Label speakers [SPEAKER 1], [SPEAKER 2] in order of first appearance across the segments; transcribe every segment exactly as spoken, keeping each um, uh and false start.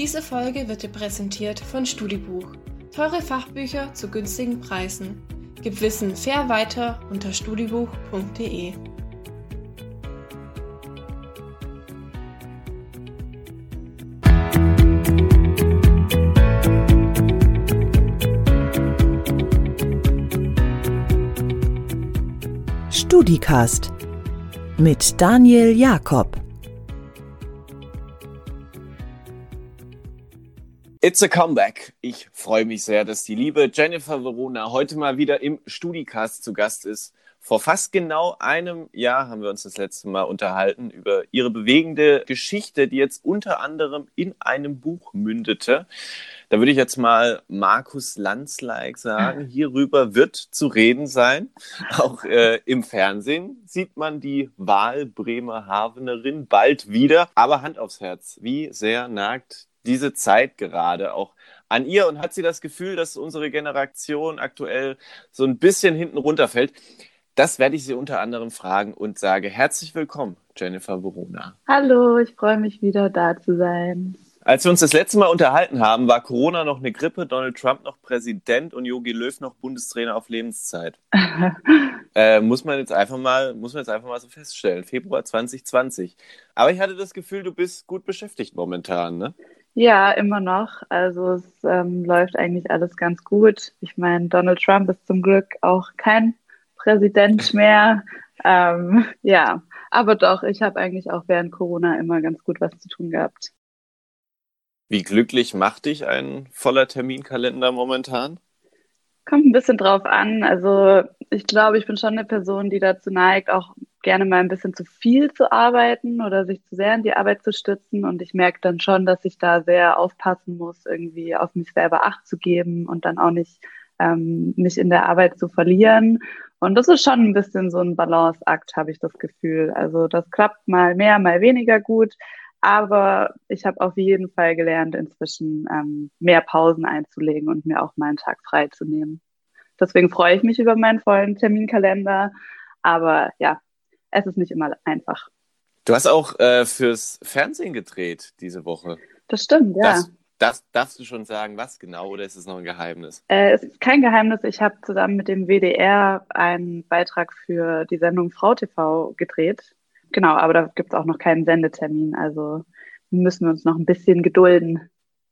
[SPEAKER 1] Diese Folge wird dir präsentiert von Studibuch. Teure Fachbücher zu günstigen Preisen. Gib Wissen fair weiter unter studibuch punkt de.
[SPEAKER 2] StudiCast mit Daniel Jakob.
[SPEAKER 3] It's a comeback. Ich freue mich sehr, dass die liebe Jennifer Verona heute mal wieder im StudiCast zu Gast ist. Vor fast genau einem Jahr haben wir uns das letzte Mal unterhalten über ihre bewegende Geschichte, die jetzt unter anderem in einem Buch mündete. Da würde ich jetzt mal Markus Lanz-like sagen, hierüber wird zu reden sein. Auch äh, im Fernsehen sieht man die Wahl-Bremerhavenerin bald wieder. Aber Hand aufs Herz, wie sehr nagt diese Zeit gerade auch an ihr und hat sie das Gefühl, dass unsere Generation aktuell so ein bisschen hinten runterfällt? Das werde ich sie unter anderem fragen und sage herzlich willkommen, Jennifer Verona.
[SPEAKER 4] Hallo, ich freue mich wieder da zu sein.
[SPEAKER 3] Als wir uns das letzte Mal unterhalten haben, war Corona noch eine Grippe, Donald Trump noch Präsident und Jogi Löw noch Bundestrainer auf Lebenszeit. äh, muss man jetzt einfach mal, muss man jetzt einfach mal so feststellen. Februar zwanzig zwanzig. Aber ich hatte das Gefühl, du bist gut beschäftigt momentan, ne?
[SPEAKER 4] Ja, immer noch. Also es ähm, läuft eigentlich alles ganz gut. Ich meine, Donald Trump ist zum Glück auch kein Präsident mehr. ähm, ja, aber doch, ich habe eigentlich auch während Corona immer ganz gut was zu tun gehabt.
[SPEAKER 3] Wie glücklich macht dich ein voller Terminkalender momentan?
[SPEAKER 4] Kommt ein bisschen drauf an. Also ich glaube, ich bin schon eine Person, die dazu neigt, auch gerne mal ein bisschen zu viel zu arbeiten oder sich zu sehr in die Arbeit zu stützen. Und ich merke dann schon, dass ich da sehr aufpassen muss, irgendwie auf mich selber Acht zu geben und dann auch nicht ähm, mich in der Arbeit zu verlieren. Und das ist schon ein bisschen so ein Balanceakt, habe ich das Gefühl. Also das klappt mal mehr, mal weniger gut. Aber ich habe auf jeden Fall gelernt, inzwischen ähm, mehr Pausen einzulegen und mir auch mal einen Tag frei zu nehmen. Deswegen freue ich mich über meinen vollen Terminkalender. Aber ja, es ist nicht immer einfach.
[SPEAKER 3] Du hast auch äh, fürs Fernsehen gedreht diese Woche.
[SPEAKER 4] Das stimmt, ja.
[SPEAKER 3] Das, das, darfst du schon sagen, was genau, oder ist es noch ein Geheimnis?
[SPEAKER 4] Äh, es ist kein Geheimnis. Ich habe zusammen mit dem W D R einen Beitrag für die Sendung Frau T V gedreht. Genau, aber da gibt es auch noch keinen Sendetermin, also müssen wir uns noch ein bisschen gedulden.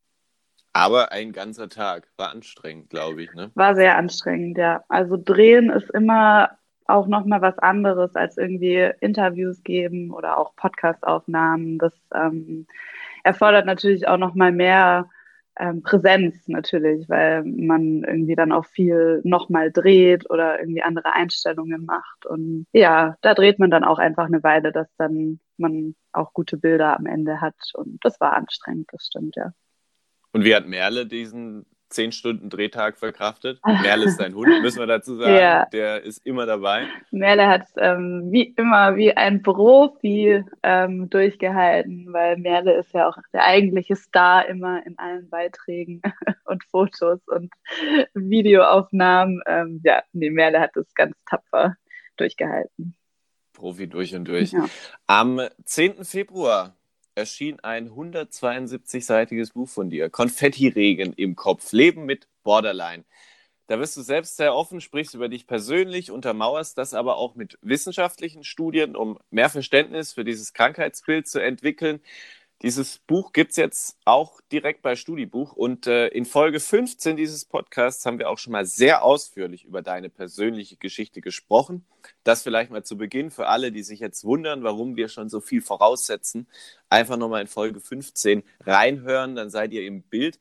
[SPEAKER 3] Aber ein ganzer Tag war anstrengend, glaube ich, ne?
[SPEAKER 4] War sehr anstrengend, ja. Also drehen ist immer auch nochmal was anderes als irgendwie Interviews geben oder auch Podcast-Aufnahmen. Das ähm, erfordert natürlich auch nochmal mehr ähm, Präsenz natürlich, weil man irgendwie dann auch viel nochmal dreht oder irgendwie andere Einstellungen macht. Und ja, da dreht man dann auch einfach eine Weile, dass dann man auch gute Bilder am Ende hat. Und das war anstrengend, das stimmt, ja.
[SPEAKER 3] Und wie hat Merle diesen zehn Stunden Drehtag verkraftet? Merle ist dein Hund, müssen wir dazu sagen.
[SPEAKER 4] Ja.
[SPEAKER 3] Der ist immer dabei.
[SPEAKER 4] Merle hat ähm, wie immer wie ein Profi ähm, durchgehalten, weil Merle ist ja auch der eigentliche Star immer in allen Beiträgen und Fotos und Videoaufnahmen. Ähm, ja, nee, Merle hat das ganz tapfer durchgehalten.
[SPEAKER 3] Profi durch und durch.
[SPEAKER 4] Ja.
[SPEAKER 3] Am zehnten Februar erschien ein hundertzweiundsiebzig-seitiges Buch von dir. Konfettiregen im Kopf. Leben mit Borderline. Da wirst du selbst sehr offen, sprichst über dich persönlich, untermauerst das aber auch mit wissenschaftlichen Studien, um mehr Verständnis für dieses Krankheitsbild zu entwickeln. Dieses Buch gibt es jetzt auch direkt bei Studibuch und äh, in Folge fünfzehn dieses Podcasts haben wir auch schon mal sehr ausführlich über deine persönliche Geschichte gesprochen. Das vielleicht mal zu Beginn für alle, die sich jetzt wundern, warum wir schon so viel voraussetzen. Einfach nochmal in Folge fünfzehn reinhören, dann seid ihr im Bild.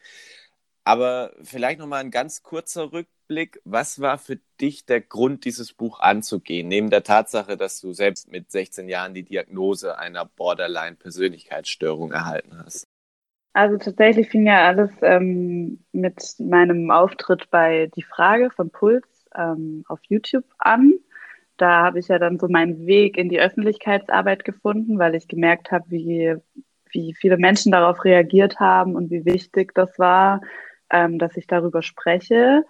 [SPEAKER 3] Aber vielleicht nochmal ein ganz kurzer Rückblick. Was war für dich der Grund, dieses Buch anzugehen? Neben der Tatsache, dass du selbst mit sechzehn Jahren die Diagnose einer Borderline-Persönlichkeitsstörung erhalten hast.
[SPEAKER 4] Also tatsächlich fing ja alles ähm, mit meinem Auftritt bei Die Frage von Puls ähm, auf YouTube an. Da habe ich ja dann so meinen Weg in die Öffentlichkeitsarbeit gefunden, weil ich gemerkt habe, wie, wie viele Menschen darauf reagiert haben und wie wichtig das war, ähm, dass ich darüber spreche.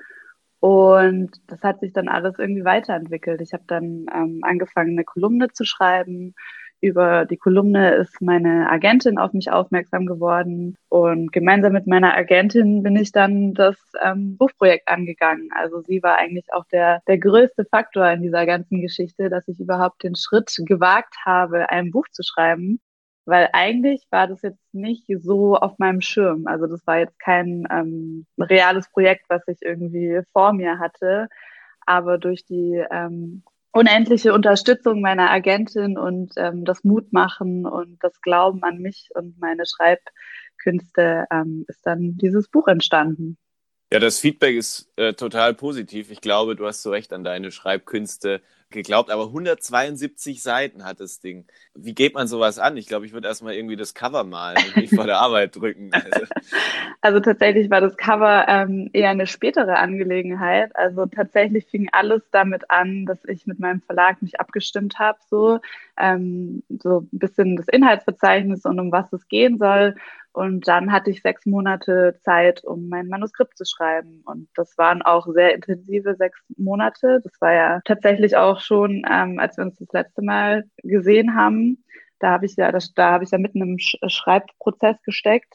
[SPEAKER 4] Und das hat sich dann alles irgendwie weiterentwickelt. Ich habe dann ähm, angefangen, eine Kolumne zu schreiben Über die Kolumne ist meine Agentin auf mich aufmerksam geworden und gemeinsam mit meiner Agentin bin ich dann das ähm, Buchprojekt angegangen. Also sie war eigentlich auch der, der größte Faktor in dieser ganzen Geschichte, dass ich überhaupt den Schritt gewagt habe, ein Buch zu schreiben, weil eigentlich war das jetzt nicht so auf meinem Schirm. Also das war jetzt kein ähm, reales Projekt, was ich irgendwie vor mir hatte, aber durch die ähm, unendliche Unterstützung meiner Agentin und ähm, das Mutmachen und das Glauben an mich und meine Schreibkünste ähm, ist dann dieses Buch entstanden.
[SPEAKER 3] Ja, das Feedback ist äh, total positiv. Ich glaube, du hast so recht an deine Schreibkünste geglaubt, aber hundertzweiundsiebzig Seiten hat das Ding. Wie geht man sowas an? Ich glaube, ich würde erstmal irgendwie das Cover malen und mich vor der Arbeit drücken. Also,
[SPEAKER 4] also tatsächlich war das Cover ähm, eher eine spätere Angelegenheit. Also tatsächlich fing alles damit an, dass ich mit meinem Verlag mich abgestimmt habe, so, ähm, so ein bisschen das Inhaltsverzeichnis und um was es gehen soll. Und dann hatte ich sechs Monate Zeit, um mein Manuskript zu schreiben. Und das waren auch sehr intensive sechs Monate. Das war ja tatsächlich auch schon, ähm, als wir uns das letzte Mal gesehen haben. Da habe ich ja, das, da habe ich ja mitten im Sch- Schreibprozess gesteckt.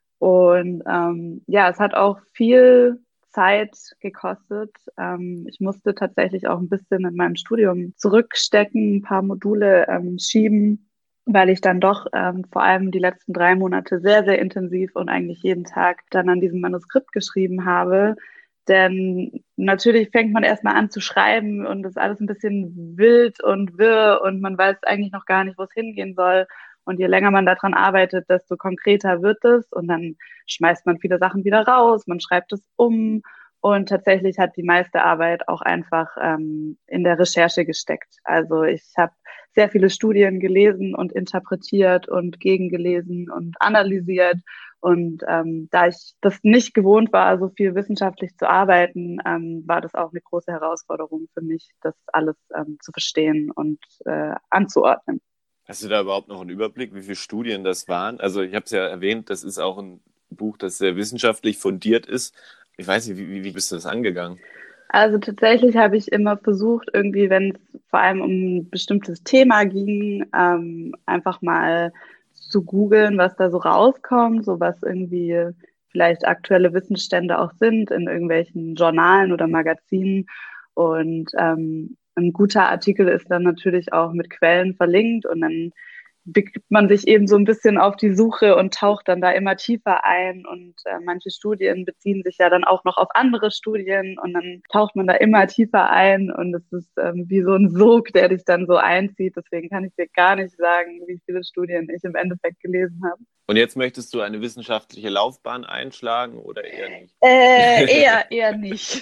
[SPEAKER 4] Und ähm, ja, es hat auch viel Zeit gekostet. Ähm, ich musste tatsächlich auch ein bisschen in meinem Studium zurückstecken, ein paar Module ähm, schieben, weil ich dann doch ähm, vor allem die letzten drei Monate sehr, sehr intensiv und eigentlich jeden Tag dann an diesem Manuskript geschrieben habe. Denn natürlich fängt man erstmal an zu schreiben und das ist alles ein bisschen wild und wirr und man weiß eigentlich noch gar nicht, wo es hingehen soll. Und je länger man daran arbeitet, desto konkreter wird es und dann schmeißt man viele Sachen wieder raus, man schreibt es um. Und tatsächlich hat die meiste Arbeit auch einfach ähm, in der Recherche gesteckt. Also ich habe sehr viele Studien gelesen und interpretiert und gegengelesen und analysiert. Und ähm, da ich das nicht gewohnt war, so viel wissenschaftlich zu arbeiten, ähm, war das auch eine große Herausforderung für mich, das alles ähm, zu verstehen und äh, anzuordnen.
[SPEAKER 3] hast du da überhaupt noch einen Überblick, wie viele Studien das waren? Also ich habe es ja erwähnt, das ist auch ein Buch, das sehr wissenschaftlich fundiert ist. Ich weiß nicht, wie, wie bist du das angegangen?
[SPEAKER 4] Also tatsächlich habe ich immer versucht, irgendwie, wenn es vor allem um ein bestimmtes Thema ging, ähm, einfach mal zu googeln, was da so rauskommt, so was irgendwie vielleicht aktuelle Wissensstände auch sind in irgendwelchen Journalen oder Magazinen. Und ähm, ein guter Artikel ist dann natürlich auch mit Quellen verlinkt und dann begibt man sich eben so ein bisschen auf die Suche und taucht dann da immer tiefer ein. Und äh, manche Studien beziehen sich ja dann auch noch auf andere Studien und dann taucht man da immer tiefer ein und es ist ähm, wie so ein Sog, der dich dann so einzieht. Deswegen kann ich dir gar nicht sagen, wie viele Studien ich im Endeffekt gelesen habe.
[SPEAKER 3] Und jetzt möchtest du eine wissenschaftliche Laufbahn einschlagen oder eher nicht?
[SPEAKER 4] Äh, eher, eher nicht.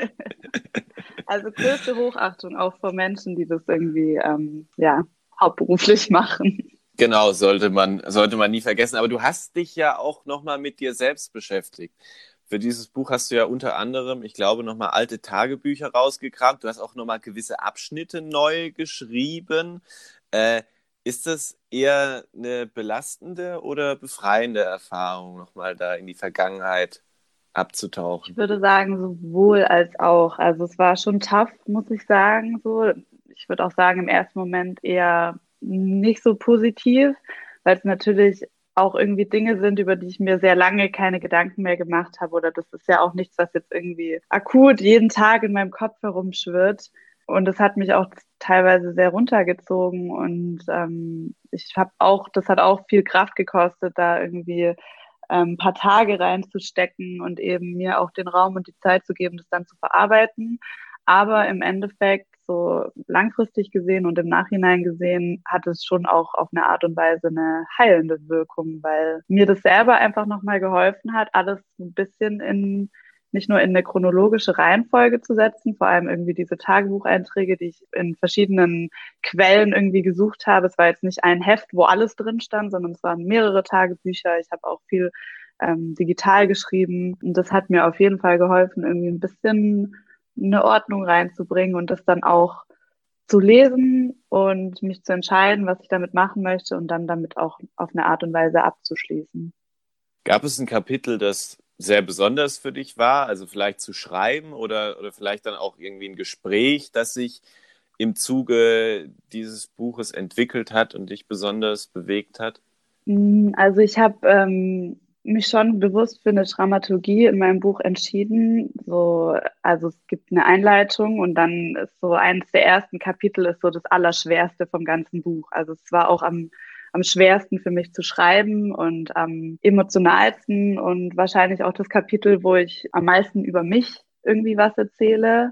[SPEAKER 4] Also größte Hochachtung auch vor Menschen, die das irgendwie ähm, ja, hauptberuflich machen.
[SPEAKER 3] Genau, sollte man, sollte man nie vergessen. Aber du hast dich ja auch nochmal mit dir selbst beschäftigt. Für dieses Buch hast du ja unter anderem, ich glaube, nochmal alte Tagebücher rausgekramt. Du hast auch nochmal gewisse Abschnitte neu geschrieben. Äh, ist das eher eine belastende oder befreiende Erfahrung, nochmal da in die Vergangenheit abzutauchen?
[SPEAKER 4] Ich würde sagen, sowohl als auch. Also es war schon tough, muss ich sagen. So, ich würde auch sagen, im ersten Moment eher nicht so positiv, weil es natürlich auch irgendwie Dinge sind, über die ich mir sehr lange keine Gedanken mehr gemacht habe. Oder das ist ja auch nichts, was jetzt irgendwie akut jeden Tag in meinem Kopf herumschwirrt. Und das hat mich auch teilweise sehr runtergezogen. Und ähm, ich habe auch, das hat auch viel Kraft gekostet, da irgendwie ein ähm, paar Tage reinzustecken und eben mir auch den Raum und die Zeit zu geben, das dann zu verarbeiten. Aber im Endeffekt, so langfristig gesehen und im Nachhinein gesehen, hat es schon auch auf eine Art und Weise eine heilende Wirkung, weil mir das selber einfach nochmal geholfen hat, alles ein bisschen in, nicht nur in eine chronologische Reihenfolge zu setzen, vor allem irgendwie diese Tagebucheinträge, die ich in verschiedenen Quellen irgendwie gesucht habe. Es war jetzt nicht ein Heft, wo alles drin stand, sondern es waren mehrere Tagebücher. Ich habe auch viel ähm, digital geschrieben und das hat mir auf jeden Fall geholfen, irgendwie ein bisschen eine Ordnung reinzubringen und das dann auch zu lesen und mich zu entscheiden, was ich damit machen möchte und dann damit auch auf eine Art und Weise abzuschließen.
[SPEAKER 3] Gab es ein Kapitel, das sehr besonders für dich war, also vielleicht zu schreiben oder, oder vielleicht dann auch irgendwie ein Gespräch, das sich im Zuge dieses Buches entwickelt hat und dich besonders bewegt hat?
[SPEAKER 4] Also ich habe ähm, mich schon bewusst für eine Dramaturgie in meinem Buch entschieden. So, also es gibt eine Einleitung und dann ist so eines der ersten Kapitel ist so das Allerschwerste vom ganzen Buch. Also es war auch am, am schwersten für mich zu schreiben und am emotionalsten und wahrscheinlich auch das Kapitel, wo ich am meisten über mich irgendwie was erzähle.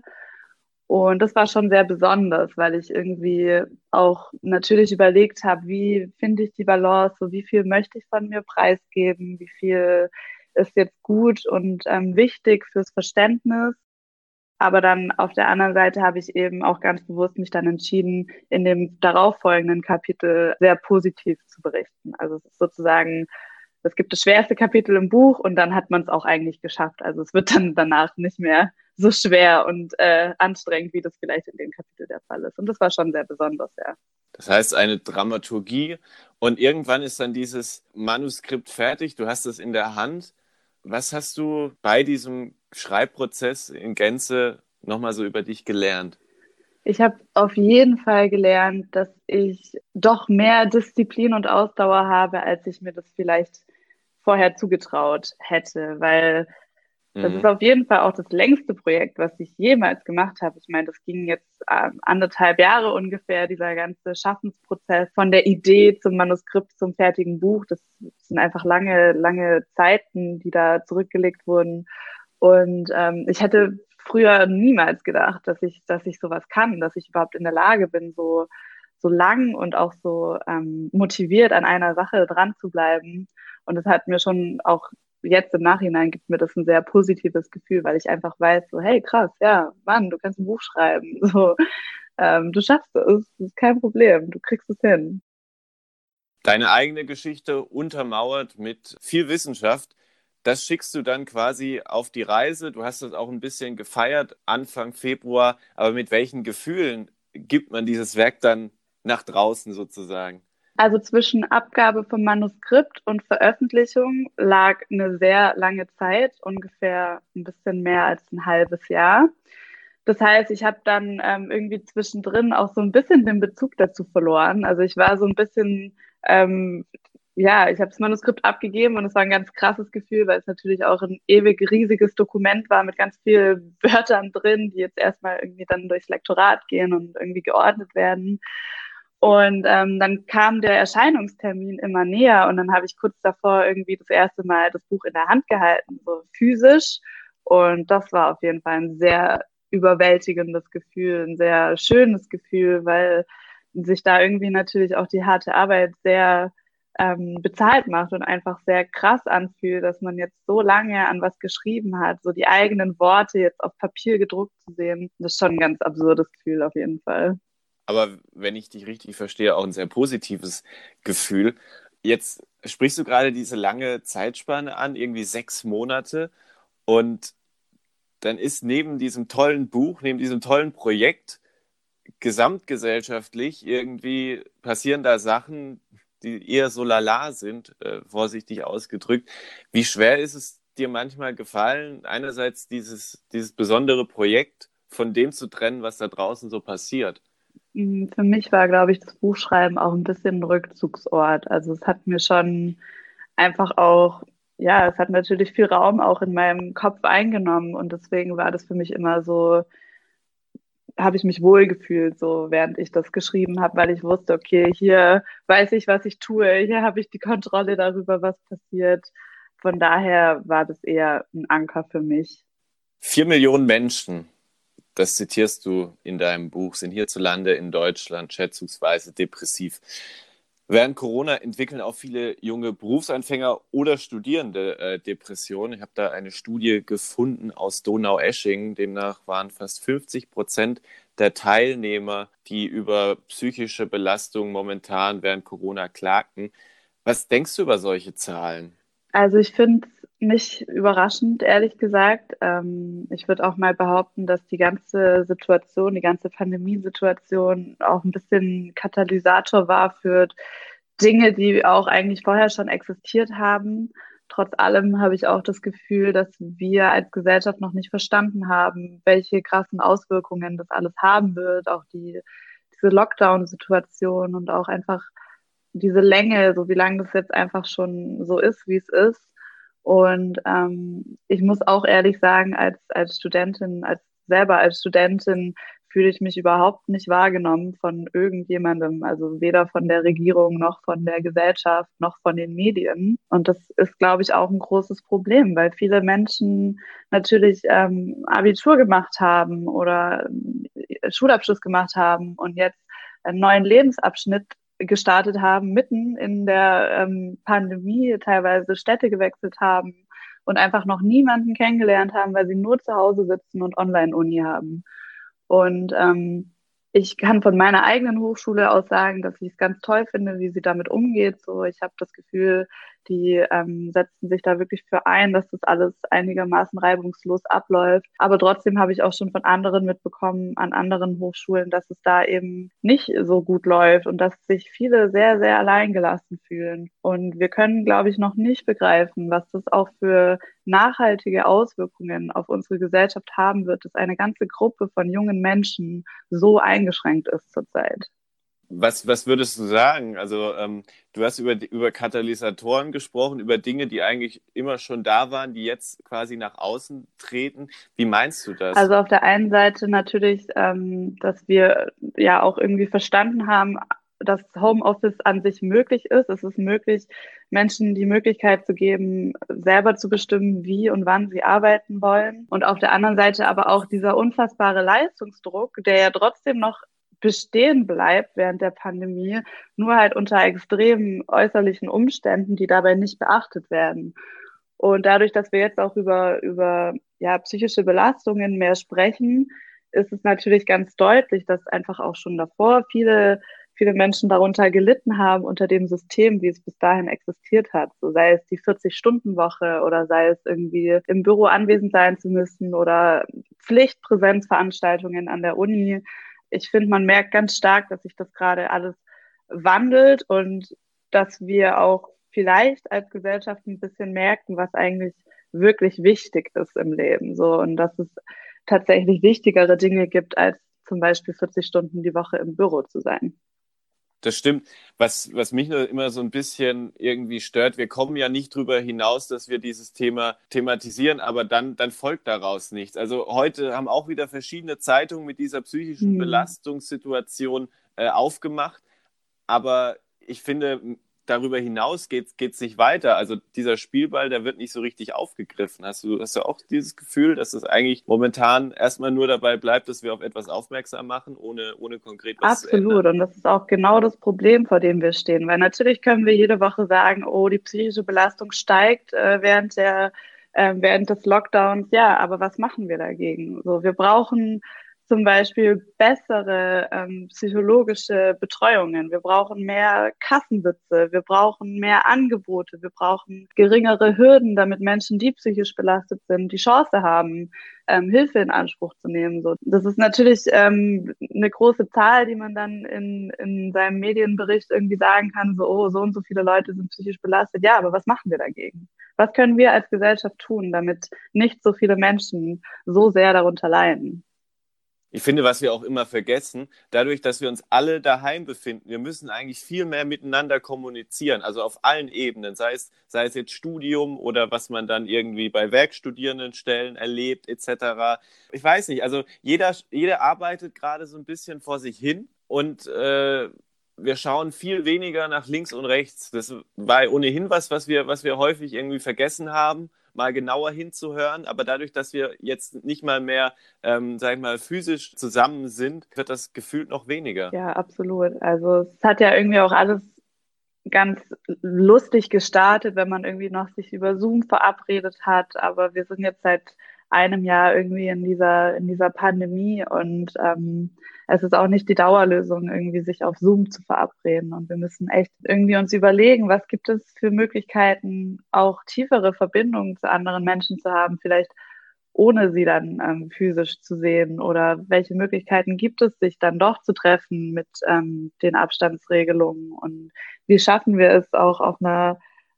[SPEAKER 4] Und das war schon sehr besonders, weil ich irgendwie auch natürlich überlegt habe, wie finde ich die Balance, so wie viel möchte ich von mir preisgeben, wie viel ist jetzt gut und ähm, wichtig fürs Verständnis. Aber dann auf der anderen Seite habe ich eben auch ganz bewusst mich dann entschieden, in dem darauffolgenden Kapitel sehr positiv zu berichten. Also es ist sozusagen, es gibt das schwerste Kapitel im Buch und dann hat man es auch eigentlich geschafft. Also es wird dann danach nicht mehr so schwer und äh, anstrengend, wie das vielleicht in dem Kapitel der Fall ist. Und das war schon sehr besonders, ja.
[SPEAKER 3] Das heißt, eine Dramaturgie und irgendwann ist dann dieses Manuskript fertig, du hast es in der Hand. Was hast du bei diesem Schreibprozess in Gänze nochmal so über dich gelernt?
[SPEAKER 4] Ich habe auf jeden Fall gelernt, dass ich doch mehr Disziplin und Ausdauer habe, als ich mir das vielleicht vorher zugetraut hätte, weil das ist auf jeden Fall auch das längste Projekt, was ich jemals gemacht habe. Ich meine, das ging jetzt äh, anderthalb Jahre ungefähr, dieser ganze Schaffensprozess von der Idee zum Manuskript, zum fertigen Buch. Das sind einfach lange, lange Zeiten, die da zurückgelegt wurden. Und ähm, ich hätte früher niemals gedacht, dass ich, dass ich sowas kann, dass ich überhaupt in der Lage bin, so, so lang und auch so ähm, motiviert an einer Sache dran zu bleiben. Und das hat mir schon auch jetzt im Nachhinein gibt mir das ein sehr positives Gefühl, weil ich einfach weiß, so, hey, krass, ja, Mann, du kannst ein Buch schreiben, so, ähm, du schaffst es, das ist kein Problem, du kriegst es hin.
[SPEAKER 3] Deine eigene Geschichte untermauert mit viel Wissenschaft, das schickst du dann quasi auf die Reise. Du hast das auch ein bisschen gefeiert, Anfang Februar, aber mit welchen Gefühlen gibt man dieses Werk dann nach draußen sozusagen?
[SPEAKER 4] Also zwischen Abgabe vom Manuskript und Veröffentlichung lag eine sehr lange Zeit, ungefähr ein bisschen mehr als ein halbes Jahr. Das heißt, ich habe dann ähm, irgendwie zwischendrin auch so ein bisschen den Bezug dazu verloren. Also ich war so ein bisschen, ähm, ja, ich habe das Manuskript abgegeben und es war ein ganz krasses Gefühl, weil es natürlich auch ein ewig riesiges Dokument war mit ganz vielen Wörtern drin, die jetzt erstmal irgendwie dann durchs Lektorat gehen und irgendwie geordnet werden. Und ähm, dann kam der Erscheinungstermin immer näher und dann habe ich kurz davor irgendwie das erste Mal das Buch in der Hand gehalten, so physisch. Und das war auf jeden Fall ein sehr überwältigendes Gefühl, ein sehr schönes Gefühl, weil sich da irgendwie natürlich auch die harte Arbeit sehr ähm, bezahlt macht und einfach sehr krass anfühlt, dass man jetzt so lange an was geschrieben hat, so die eigenen Worte jetzt auf Papier gedruckt zu sehen. Das ist schon ein ganz absurdes Gefühl auf jeden Fall.
[SPEAKER 3] Aber wenn ich dich richtig verstehe, auch ein sehr positives Gefühl. Jetzt sprichst du gerade diese lange Zeitspanne an, irgendwie sechs Monate. Und dann ist neben diesem tollen Buch, neben diesem tollen Projekt, gesamtgesellschaftlich irgendwie passieren da Sachen, die eher so lala sind, äh, vorsichtig ausgedrückt. Wie schwer ist es dir manchmal gefallen, einerseits dieses, dieses besondere Projekt von dem zu trennen, was da draußen so passiert?
[SPEAKER 4] Für mich war, glaube ich, das Buchschreiben auch ein bisschen ein Rückzugsort. Also es hat mir schon einfach auch, ja, es hat natürlich viel Raum auch in meinem Kopf eingenommen und deswegen war das für mich immer so, habe ich mich wohlgefühlt, so während ich das geschrieben habe, weil ich wusste, okay, hier weiß ich, was ich tue, hier habe ich die Kontrolle darüber, was passiert. Von daher war das eher ein Anker für mich.
[SPEAKER 3] Vier Millionen Menschen, das zitierst du in deinem Buch, sind hierzulande in Deutschland schätzungsweise depressiv. Während Corona entwickeln auch viele junge Berufsanfänger oder Studierende äh, Depressionen. Ich habe da eine Studie gefunden aus Donaueschingen. Demnach waren fast fünfzig Prozent der Teilnehmer, die über psychische Belastung momentan während Corona klagten. Was denkst du über solche Zahlen?
[SPEAKER 4] Also ich finde es nicht überraschend, ehrlich gesagt. Ähm, ich würde auch mal behaupten, dass die ganze Situation, die ganze Pandemiesituation auch ein bisschen Katalysator war für Dinge, die auch eigentlich vorher schon existiert haben. trotz allem habe ich auch das Gefühl, dass wir als Gesellschaft noch nicht verstanden haben, welche krassen Auswirkungen das alles haben wird, auch die, diese Lockdown-Situation und auch einfach diese Länge, so wie lange das jetzt einfach schon so ist, wie es ist. Und ähm, ich muss auch ehrlich sagen, als, als Studentin, als selber als Studentin fühle ich mich überhaupt nicht wahrgenommen von irgendjemandem, also weder von der Regierung noch von der Gesellschaft noch von den Medien. Und das ist, glaube ich, auch ein großes Problem, weil viele Menschen natürlich ähm, Abitur gemacht haben oder äh, Schulabschluss gemacht haben und jetzt einen neuen Lebensabschnitt gestartet haben, mitten in der ähm, Pandemie, teilweise Städte gewechselt haben und einfach noch niemanden kennengelernt haben, weil sie nur zu Hause sitzen und Online-Uni haben. Und ähm, ich kann von meiner eigenen Hochschule aus sagen, dass ich es ganz toll finde, wie sie damit umgeht. So, ich habe das Gefühl, die ähm, setzen sich da wirklich für ein, dass das alles einigermaßen reibungslos abläuft. Aber trotzdem habe ich auch schon von anderen mitbekommen, an anderen Hochschulen, dass es da eben nicht so gut läuft und dass sich viele sehr, sehr alleingelassen fühlen. Und wir können, glaube ich, noch nicht begreifen, was das auch für nachhaltige Auswirkungen auf unsere Gesellschaft haben wird, dass eine ganze Gruppe von jungen Menschen so eingeschränkt ist zurzeit.
[SPEAKER 3] Was, was würdest du sagen? Also ähm, du hast über, über Katalysatoren gesprochen, über Dinge, die eigentlich immer schon da waren, die jetzt quasi nach außen treten. Wie meinst du das?
[SPEAKER 4] Also auf der einen Seite natürlich, ähm, dass wir ja auch irgendwie verstanden haben, dass Homeoffice an sich möglich ist. Es ist möglich, Menschen die Möglichkeit zu geben, selber zu bestimmen, wie und wann sie arbeiten wollen. Und auf der anderen Seite aber auch dieser unfassbare Leistungsdruck, der ja trotzdem noch bestehen bleibt während der Pandemie, nur halt unter extremen äußerlichen Umständen, die dabei nicht beachtet werden. Und dadurch, dass wir jetzt auch über, über ja, psychische Belastungen mehr sprechen, ist es natürlich ganz deutlich, dass einfach auch schon davor viele, viele Menschen darunter gelitten haben, unter dem System, wie es bis dahin existiert hat. So sei es die vierzig-Stunden-Woche oder sei es irgendwie im Büro anwesend sein zu müssen oder Pflichtpräsenzveranstaltungen an der Uni. Ich finde, man merkt ganz stark, dass sich das gerade alles wandelt und dass wir auch vielleicht als Gesellschaft ein bisschen merken, was eigentlich wirklich wichtig ist im Leben. So, und dass es tatsächlich wichtigere Dinge gibt, als zum Beispiel vierzig Stunden die Woche im Büro zu sein.
[SPEAKER 3] Das stimmt. Was, was mich nur immer so ein bisschen irgendwie stört, wir kommen ja nicht drüber hinaus, dass wir dieses Thema thematisieren, aber dann, dann folgt daraus nichts. Also heute haben auch wieder verschiedene Zeitungen mit dieser psychischen
[SPEAKER 4] Mhm.
[SPEAKER 3] Belastungssituation äh, aufgemacht, aber ich finde, darüber hinaus geht es nicht weiter. Also dieser Spielball, der wird nicht so richtig aufgegriffen. Hast du, hast du auch dieses Gefühl, dass es eigentlich momentan erstmal nur dabei bleibt, dass wir auf etwas aufmerksam machen, ohne, ohne konkret was zu ändern?
[SPEAKER 4] Absolut. Und das ist auch genau das Problem, vor dem wir stehen. Weil natürlich können wir jede Woche sagen, oh, die psychische Belastung steigt äh, während der, äh, während des Lockdowns. Ja, aber was machen wir dagegen? So, wir brauchen zum Beispiel bessere ähm, psychologische Betreuungen. Wir brauchen mehr Kassensitze, wir brauchen mehr Angebote, wir brauchen geringere Hürden, damit Menschen, die psychisch belastet sind, die Chance haben, ähm, Hilfe in Anspruch zu nehmen. So, das ist natürlich ähm, eine große Zahl, die man dann in, in seinem Medienbericht irgendwie sagen kann, so, oh, so und so viele Leute sind psychisch belastet. Ja, aber was machen wir dagegen? Was können wir als Gesellschaft tun, damit nicht so viele Menschen so sehr darunter leiden?
[SPEAKER 3] Ich finde, was wir auch immer vergessen, dadurch, dass wir uns alle daheim befinden, wir müssen eigentlich viel mehr miteinander kommunizieren, also auf allen Ebenen, sei es, sei es jetzt Studium oder was man dann irgendwie bei Werkstudierendenstellen erlebt, et cetera. Ich weiß nicht, also jeder, jeder arbeitet gerade so ein bisschen vor sich hin und äh, wir schauen viel weniger nach links und rechts. Das war ohnehin was, was wir, was wir häufig irgendwie vergessen haben, mal genauer hinzuhören, aber dadurch, dass wir jetzt nicht mal mehr, ähm, sag ich mal, physisch zusammen sind, wird das gefühlt noch weniger.
[SPEAKER 4] Ja, absolut. Also es hat ja irgendwie auch alles ganz lustig gestartet, wenn man irgendwie noch sich über Zoom verabredet hat, aber wir sind jetzt seit einem Jahr irgendwie in dieser, in dieser Pandemie und ähm, es ist auch nicht die Dauerlösung, irgendwie sich auf Zoom zu verabreden. Und wir müssen echt irgendwie uns überlegen, was gibt es für Möglichkeiten, auch tiefere Verbindungen zu anderen Menschen zu haben, vielleicht ohne sie dann ähm, physisch zu sehen, oder welche Möglichkeiten gibt es, sich dann doch zu treffen mit ähm, den Abstandsregelungen, und wie schaffen wir es auch auf einer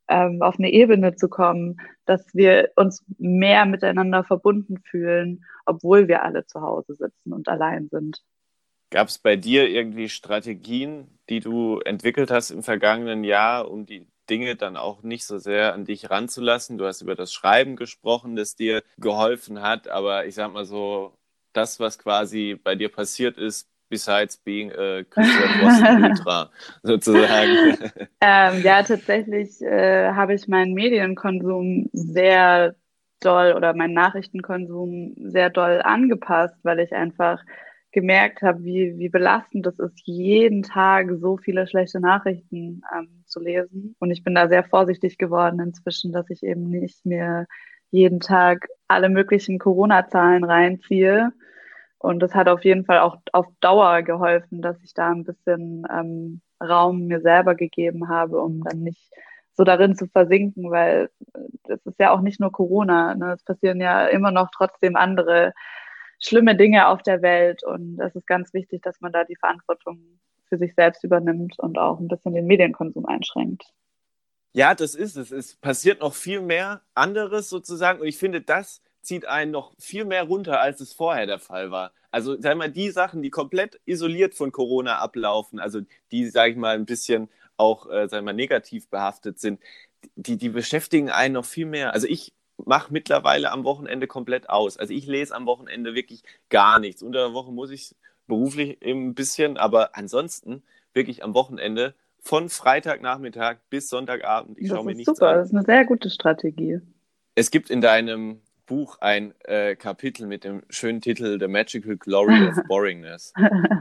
[SPEAKER 4] ähm, auf eine Ebene zu kommen, dass wir uns mehr miteinander verbunden fühlen, obwohl wir alle zu Hause sitzen und allein sind.
[SPEAKER 3] Gab es bei dir irgendwie Strategien, die du entwickelt hast im vergangenen Jahr, um die Dinge dann auch nicht so sehr an dich ranzulassen? Du hast über das Schreiben gesprochen, das dir geholfen hat, aber ich sag mal so, das, was quasi bei dir passiert ist, besides being a Christopher Boston Ultra, sozusagen.
[SPEAKER 4] Ähm, ja, tatsächlich äh, habe ich meinen Medienkonsum sehr doll oder meinen Nachrichtenkonsum sehr doll angepasst, weil ich einfach gemerkt habe, wie, wie belastend es ist, jeden Tag so viele schlechte Nachrichten ähm, zu lesen. Und ich bin da sehr vorsichtig geworden inzwischen, dass ich eben nicht mehr jeden Tag alle möglichen Corona-Zahlen reinziehe. Und das hat auf jeden Fall auch auf Dauer geholfen, dass ich da ein bisschen ähm, Raum mir selber gegeben habe, um dann nicht so darin zu versinken, weil das ist ja auch nicht nur Corona, ne? Es passieren ja immer noch trotzdem andere schlimme Dinge auf der Welt und es ist ganz wichtig, dass man da die Verantwortung für sich selbst übernimmt und auch ein bisschen den Medienkonsum einschränkt.
[SPEAKER 3] Ja, das ist es. Es passiert noch viel mehr anderes sozusagen und ich finde, das zieht einen noch viel mehr runter, als es vorher der Fall war. Also, sag mal, die Sachen, die komplett isoliert von Corona ablaufen, also die, sag ich mal, ein bisschen auch, äh, sag ich mal, negativ behaftet sind, die, die beschäftigen einen noch viel mehr. Also ich mache mittlerweile am Wochenende komplett aus. Also ich lese am Wochenende wirklich gar nichts. Unter der Woche muss ich beruflich eben ein bisschen, aber ansonsten wirklich am Wochenende von Freitagnachmittag bis Sonntagabend, ich schaue mir nichts
[SPEAKER 4] super.
[SPEAKER 3] an.
[SPEAKER 4] Das ist eine sehr gute Strategie.
[SPEAKER 3] Es gibt in deinem Buch ein äh, Kapitel mit dem schönen Titel The Magical Glory of Boringness.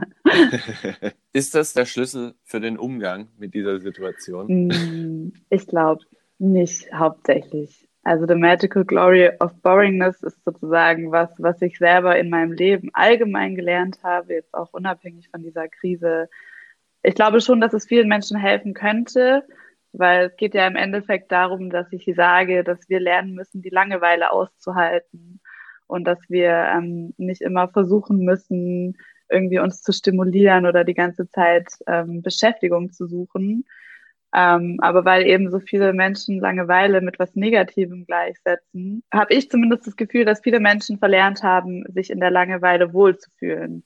[SPEAKER 3] Ist das der Schlüssel für den Umgang mit dieser Situation?
[SPEAKER 4] Ich glaube nicht hauptsächlich. Also The Magical Glory of Boringness ist sozusagen was, was ich selber in meinem Leben allgemein gelernt habe, jetzt auch unabhängig von dieser Krise. Ich glaube schon, dass es vielen Menschen helfen könnte, weil es geht ja im Endeffekt darum, dass ich sage, dass wir lernen müssen, die Langeweile auszuhalten und dass wir ähm, nicht immer versuchen müssen, irgendwie uns zu stimulieren oder die ganze Zeit ähm, Beschäftigung zu suchen. Ähm, aber weil eben so viele Menschen Langeweile mit was Negativem gleichsetzen, habe ich zumindest das Gefühl, dass viele Menschen verlernt haben, sich in der Langeweile wohlzufühlen.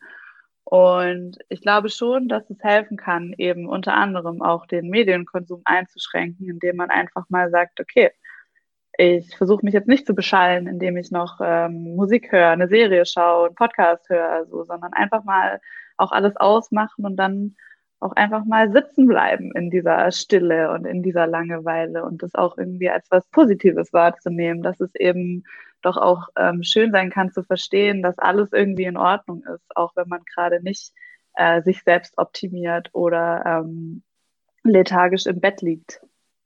[SPEAKER 4] Und ich glaube schon, dass es helfen kann, eben unter anderem auch den Medienkonsum einzuschränken, indem man einfach mal sagt, okay, ich versuche mich jetzt nicht zu beschallen, indem ich noch ähm, Musik höre, eine Serie schaue, einen Podcast höre, so, sondern einfach mal auch alles ausmachen und dann auch einfach mal sitzen bleiben in dieser Stille und in dieser Langeweile und das auch irgendwie als was Positives wahrzunehmen, dass es eben doch auch ähm, schön sein kann zu verstehen, dass alles irgendwie in Ordnung ist, auch wenn man gerade nicht äh, sich selbst optimiert oder ähm, lethargisch im Bett liegt.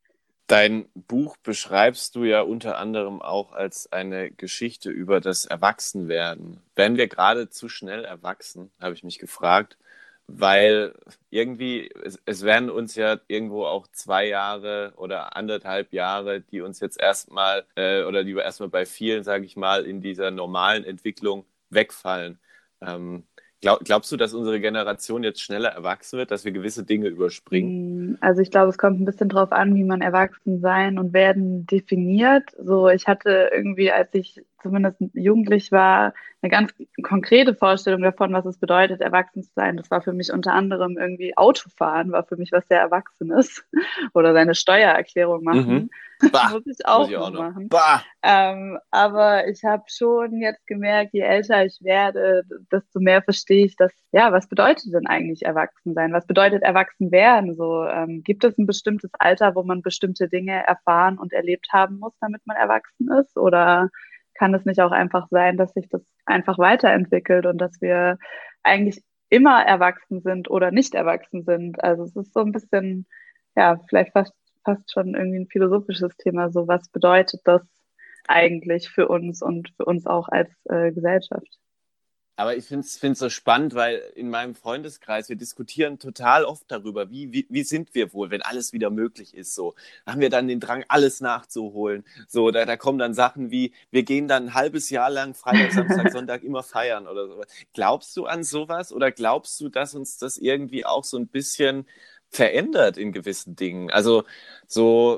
[SPEAKER 3] Dein Buch beschreibst du ja unter anderem auch als eine Geschichte über das Erwachsenwerden. Werden wir gerade zu schnell erwachsen, habe ich mich gefragt, weil irgendwie, es, es werden uns ja irgendwo auch zwei Jahre oder anderthalb Jahre, die uns jetzt erstmal, äh, oder die wir erstmal bei vielen, sage ich mal, in dieser normalen Entwicklung wegfallen. Ähm, glaub, glaubst du, dass unsere Generation jetzt schneller erwachsen wird, dass wir gewisse Dinge überspringen?
[SPEAKER 4] Also ich glaube, es kommt ein bisschen drauf an, wie man Erwachsensein und Werden definiert. So, ich hatte irgendwie, als ich zumindest jugendlich war, eine ganz konkrete Vorstellung davon, was es bedeutet, erwachsen zu sein. Das war für mich unter anderem irgendwie Autofahren, war für mich was sehr Erwachsenes. Oder seine Steuererklärung machen.
[SPEAKER 3] Mhm. Bah,
[SPEAKER 4] muss ich auch,
[SPEAKER 3] muss ich auch
[SPEAKER 4] noch
[SPEAKER 3] noch
[SPEAKER 4] machen.
[SPEAKER 3] Bah.
[SPEAKER 4] Ähm, aber ich habe schon jetzt gemerkt, je älter ich werde, desto mehr verstehe ich, dass, ja, was bedeutet denn eigentlich erwachsen sein? Was bedeutet erwachsen werden? So, ähm, gibt es ein bestimmtes Alter, wo man bestimmte Dinge erfahren und erlebt haben muss, damit man erwachsen ist? Oder kann es nicht auch einfach sein, dass sich das einfach weiterentwickelt und dass wir eigentlich immer erwachsen sind oder nicht erwachsen sind? Also es ist so ein bisschen, ja, vielleicht fast, fast schon irgendwie ein philosophisches Thema. So, was bedeutet das eigentlich für uns und für uns auch als äh, Gesellschaft?
[SPEAKER 3] Aber ich finde es so spannend, weil in meinem Freundeskreis, wir diskutieren total oft darüber, wie, wie, wie sind wir wohl, wenn alles wieder möglich ist. So haben wir dann den Drang, alles nachzuholen. So, da, da kommen dann Sachen wie, wir gehen dann ein halbes Jahr lang Freitag, Samstag, Sonntag immer feiern oder so. Glaubst du an sowas oder glaubst du, dass uns das irgendwie auch so ein bisschen verändert in gewissen Dingen? Also so,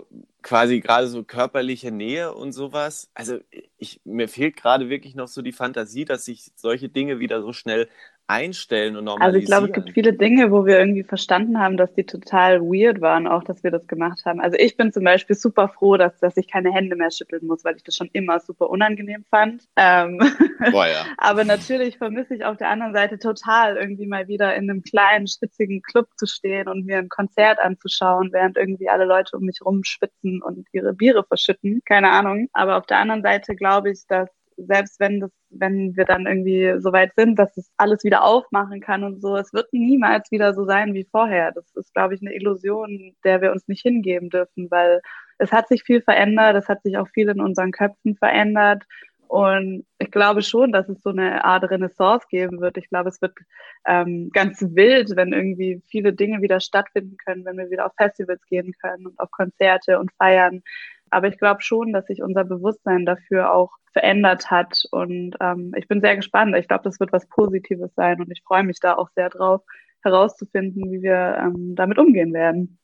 [SPEAKER 3] quasi gerade so körperliche Nähe und sowas. Also ich, mir fehlt gerade wirklich noch so die Fantasie, dass sich solche Dinge wieder so schnell einstellen und normalisieren.
[SPEAKER 4] Also ich glaube, es gibt viele Dinge, wo wir irgendwie verstanden haben, dass die total weird waren, auch dass wir das gemacht haben. Also ich bin zum Beispiel super froh, dass, dass ich keine Hände mehr schütteln muss, weil ich das schon immer super unangenehm fand. Ähm
[SPEAKER 3] Boah, ja.
[SPEAKER 4] Aber natürlich vermisse ich auf der anderen Seite total, irgendwie mal wieder in einem kleinen, schwitzigen Club zu stehen und mir ein Konzert anzuschauen, während irgendwie alle Leute um mich rum schwitzen und ihre Biere verschütten. Keine Ahnung. Aber auf der anderen Seite glaube ich, dass selbst wenn das, wenn wir dann irgendwie so weit sind, dass es alles wieder aufmachen kann und so, es wird niemals wieder so sein wie vorher. Das ist, glaube ich, eine Illusion, der wir uns nicht hingeben dürfen, weil es hat sich viel verändert, es hat sich auch viel in unseren Köpfen verändert und ich glaube schon, dass es so eine Art Renaissance geben wird. Ich glaube, es wird ähm, ganz wild, wenn irgendwie viele Dinge wieder stattfinden können, wenn wir wieder auf Festivals gehen können und auf Konzerte und feiern. Aber ich glaube schon, dass sich unser Bewusstsein dafür auch verändert hat. Und ähm, ich bin sehr gespannt. Ich glaube, das wird was Positives sein. Und ich freue mich da auch sehr drauf, herauszufinden, wie wir ähm, damit umgehen werden.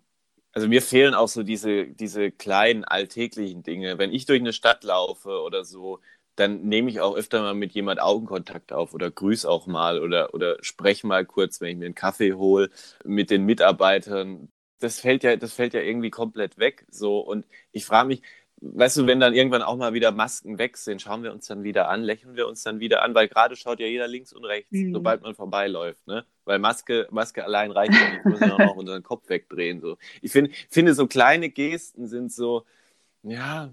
[SPEAKER 3] Also mir fehlen auch so diese, diese kleinen alltäglichen Dinge. Wenn ich durch eine Stadt laufe oder so, dann nehme ich auch öfter mal mit jemand Augenkontakt auf oder grüße auch mal oder, oder spreche mal kurz, wenn ich mir einen Kaffee hole mit den Mitarbeitern. Das fällt ja, das fällt ja irgendwie komplett weg. So. Und ich frage mich, weißt du, wenn dann irgendwann auch mal wieder Masken weg sind, schauen wir uns dann wieder an, lächeln wir uns dann wieder an, weil gerade schaut ja jeder links und rechts, mhm. sobald man vorbeiläuft, ne? Weil Maske, Maske allein reicht ja nicht, wir müssen auch unseren Kopf wegdrehen. So. Ich find, finde, so kleine Gesten sind so, ja,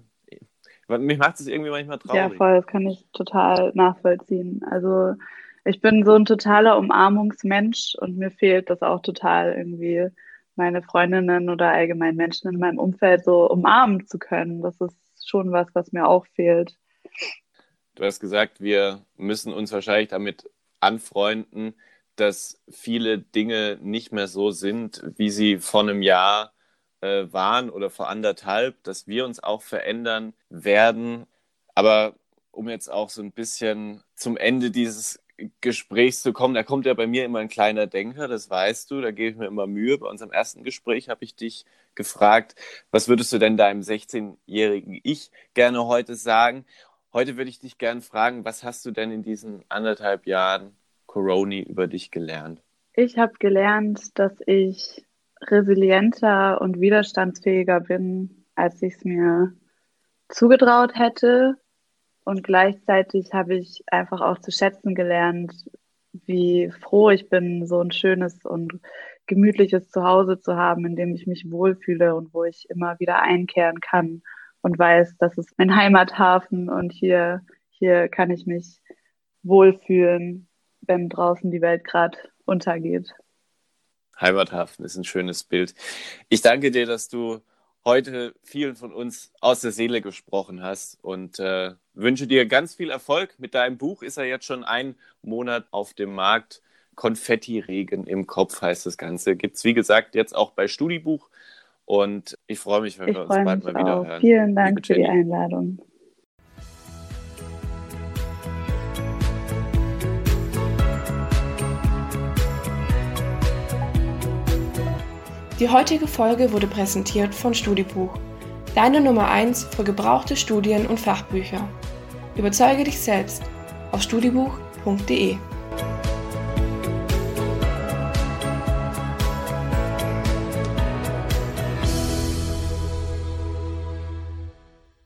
[SPEAKER 3] mich macht es irgendwie manchmal traurig.
[SPEAKER 4] Ja, voll, das kann ich total nachvollziehen. Also ich bin so ein totaler Umarmungsmensch und mir fehlt das auch total irgendwie, meine Freundinnen oder allgemein Menschen in meinem Umfeld so umarmen zu können. Das ist schon was, was mir auch fehlt.
[SPEAKER 3] Du hast gesagt, wir müssen uns wahrscheinlich damit anfreunden, dass viele Dinge nicht mehr so sind, wie sie vor einem Jahr äh, waren oder vor anderthalb, dass wir uns auch verändern werden. Aber um jetzt auch so ein bisschen zum Ende dieses Gesprächs zu kommen, da kommt ja bei mir immer ein kleiner Denker, das weißt du, da gebe ich mir immer Mühe. Bei unserem ersten Gespräch habe ich dich gefragt, was würdest du denn deinem sechzehnjährigen Ich gerne heute sagen? Heute würde ich dich gerne fragen, was hast du denn in diesen anderthalb Jahren Corona über dich gelernt?
[SPEAKER 4] Ich habe gelernt, dass ich resilienter und widerstandsfähiger bin, als ich es mir zugetraut hätte. Und gleichzeitig habe ich einfach auch zu schätzen gelernt, wie froh ich bin, so ein schönes und gemütliches Zuhause zu haben, in dem ich mich wohlfühle und wo ich immer wieder einkehren kann und weiß, das ist mein Heimathafen und hier, hier kann ich mich wohlfühlen, wenn draußen die Welt gerade untergeht.
[SPEAKER 3] Heimathafen ist ein schönes Bild. Ich danke dir, dass du heute vielen von uns aus der Seele gesprochen hast und äh, wünsche dir ganz viel Erfolg. Mit deinem Buch ist er jetzt schon einen Monat auf dem Markt. Konfetti-Regen im Kopf heißt das Ganze. Gibt es, wie gesagt, jetzt auch bei Studibuch. Und ich freue mich, wenn
[SPEAKER 4] ich
[SPEAKER 3] wir uns bald mal wieder
[SPEAKER 4] auch.
[SPEAKER 3] hören.
[SPEAKER 4] Vielen Dank für die Einladung.
[SPEAKER 1] Die heutige Folge wurde präsentiert von Studibuch, deine Nummer eins für gebrauchte Studien- und Fachbücher. Überzeuge dich selbst auf studibuch punkt de.